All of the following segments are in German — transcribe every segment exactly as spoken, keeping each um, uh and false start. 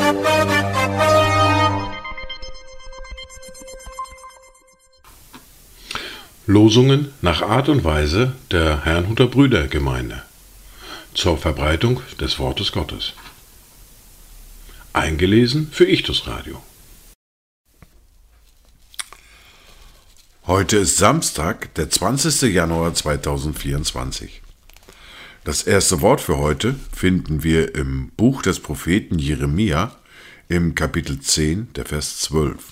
Losungen nach Art und Weise der Herrnhuter Brüdergemeinde zur Verbreitung des Wortes Gottes. Eingelesen für Ichtus Radio. Heute ist Samstag, der zwanzigster Januar zweitausendvierundzwanzig. Das erste Wort für heute finden wir im Buch des Propheten Jeremia im Kapitel zehn, der Vers zwölf.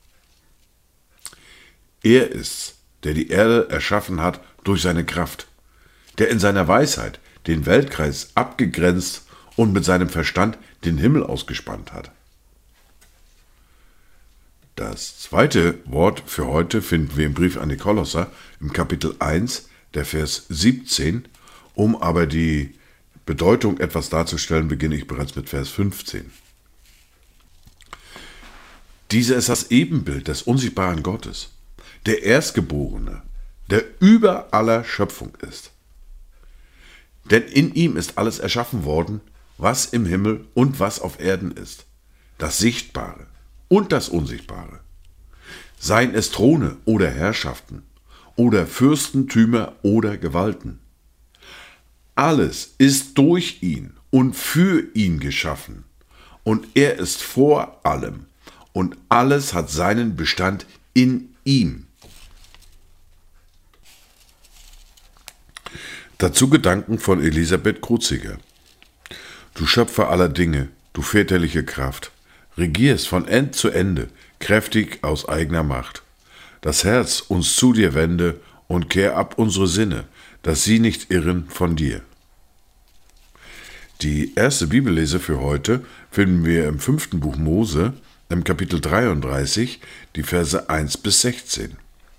Er ist's, der die Erde erschaffen hat durch seine Kraft, der in seiner Weisheit den Weltkreis abgegrenzt und mit seinem Verstand den Himmel ausgespannt hat. Das zweite Wort für heute finden wir im Brief an die Kolosser im Kapitel eins, der Vers siebzehn. Um aber die Bedeutung etwas darzustellen, beginne ich bereits mit Vers fünfzehn. Dieser ist das Ebenbild des unsichtbaren Gottes, der Erstgeborene, der über aller Schöpfung ist. Denn in ihm ist alles erschaffen worden, was im Himmel und was auf Erden ist, das Sichtbare und das Unsichtbare. Seien es Throne oder Herrschaften oder Fürstentümer oder Gewalten. Alles ist durch ihn und für ihn geschaffen, und er ist vor allem, und alles hat seinen Bestand in ihm. Dazu Gedanken von Elisabeth Kruziger. Du Schöpfer aller Dinge, du väterliche Kraft, regierst von End zu Ende, kräftig aus eigener Macht. Das Herz uns zu dir wende und kehr ab unsere Sinne, dass sie nicht irren von dir. Die erste Bibellese für heute finden wir im fünften Buch Mose, im Kapitel dreiunddreißig, die Verse eins bis sechzehn.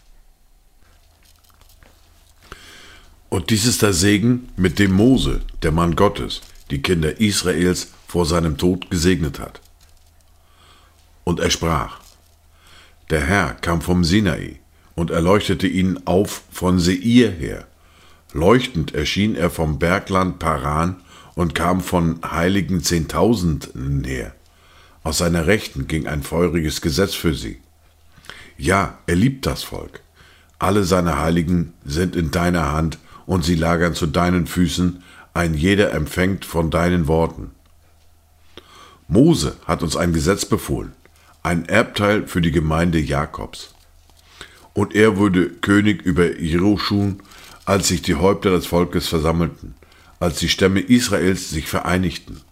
Und dies ist der Segen, mit dem Mose, der Mann Gottes, die Kinder Israels vor seinem Tod gesegnet hat. Und er sprach: Der Herr kam vom Sinai und erleuchtete ihnen auf von Seir her. Leuchtend erschien er vom Bergland Paran und kam von heiligen Zehntausenden her. Aus seiner Rechten ging ein feuriges Gesetz für sie. Ja, er liebt das Volk. Alle seine Heiligen sind in deiner Hand, und sie lagern zu deinen Füßen, ein jeder empfängt von deinen Worten. Mose hat uns ein Gesetz befohlen, ein Erbteil für die Gemeinde Jakobs. Und er wurde König über Jeruschun, als sich die Häupter des Volkes versammelten, als die Stämme Israels sich vereinigten.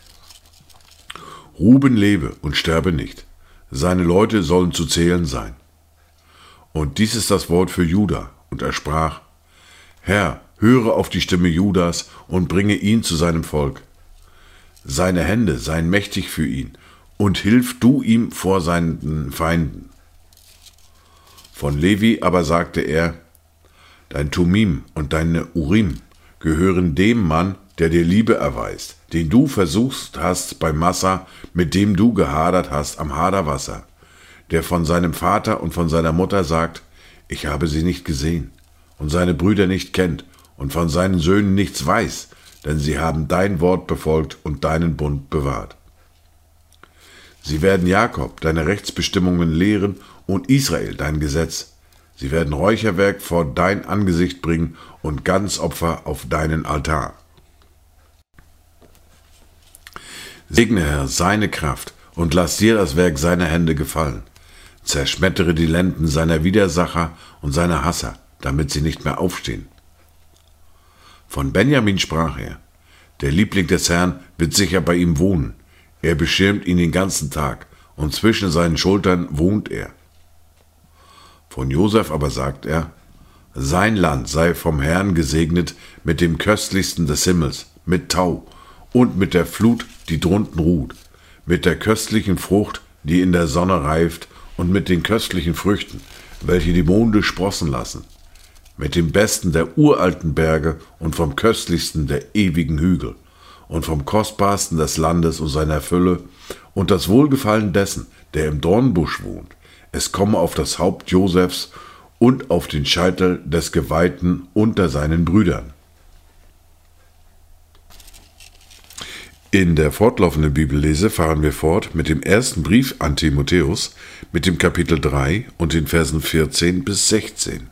Ruben lebe und sterbe nicht, seine Leute sollen zu zählen sein. Und dies ist das Wort für Juda, und er sprach: Herr, höre auf die Stimme Judas und bringe ihn zu seinem Volk. Seine Hände seien mächtig für ihn, und hilf du ihm vor seinen Feinden. Von Levi aber sagte er: Dein Tumim und deine Urim gehören dem Mann, der dir Liebe erweist, den du versucht hast bei Massa, mit dem du gehadert hast am Haderwasser, der von seinem Vater und von seiner Mutter sagt: Ich habe sie nicht gesehen, und seine Brüder nicht kennt, und von seinen Söhnen nichts weiß, denn sie haben dein Wort befolgt und deinen Bund bewahrt. Sie werden Jakob deine Rechtsbestimmungen lehren und Israel dein Gesetz. Sie werden Räucherwerk vor dein Angesicht bringen und Ganzopfer auf deinen Altar. Segne, Herr, seine Kraft und lass dir das Werk seiner Hände gefallen. Zerschmettere die Lenden seiner Widersacher und seiner Hasser, damit sie nicht mehr aufstehen. Von Benjamin sprach er: Der Liebling des Herrn wird sicher bei ihm wohnen. Er beschirmt ihn den ganzen Tag, und zwischen seinen Schultern wohnt er. Von Josef aber sagt er: Sein Land sei vom Herrn gesegnet mit dem Köstlichsten des Himmels, mit Tau und mit der Flut, die drunten ruht, mit der köstlichen Frucht, die in der Sonne reift, und mit den köstlichen Früchten, welche die Monde sprossen lassen, mit dem Besten der uralten Berge und vom Köstlichsten der ewigen Hügel und vom Kostbarsten des Landes und seiner Fülle und das Wohlgefallen dessen, der im Dornbusch wohnt. Es komme auf das Haupt Josefs und auf den Scheitel des Geweihten unter seinen Brüdern. In der fortlaufenden Bibellese fahren wir fort mit dem ersten Brief an Timotheus, mit dem Kapitel drei und den Versen vierzehn bis sechzehn.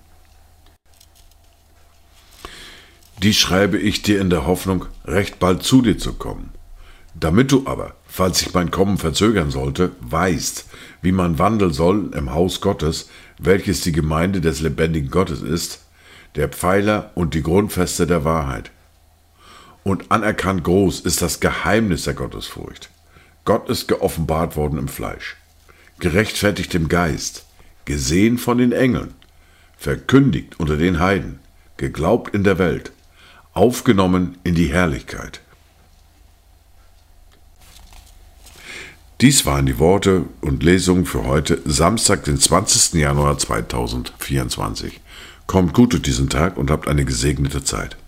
Dies schreibe ich dir in der Hoffnung, recht bald zu dir zu kommen. Damit du aber, falls sich mein Kommen verzögern sollte, weißt, wie man wandeln soll im Haus Gottes, welches die Gemeinde des lebendigen Gottes ist, der Pfeiler und die Grundfeste der Wahrheit. Und anerkannt groß ist das Geheimnis der Gottesfurcht. Gott ist geoffenbart worden im Fleisch, gerechtfertigt im Geist, gesehen von den Engeln, verkündigt unter den Heiden, geglaubt in der Welt, aufgenommen in die Herrlichkeit. Dies waren die Worte und Lesungen für heute, Samstag, den zwanzigsten Januar zweitausendvierundzwanzig. Kommt gut durch diesen Tag und habt eine gesegnete Zeit.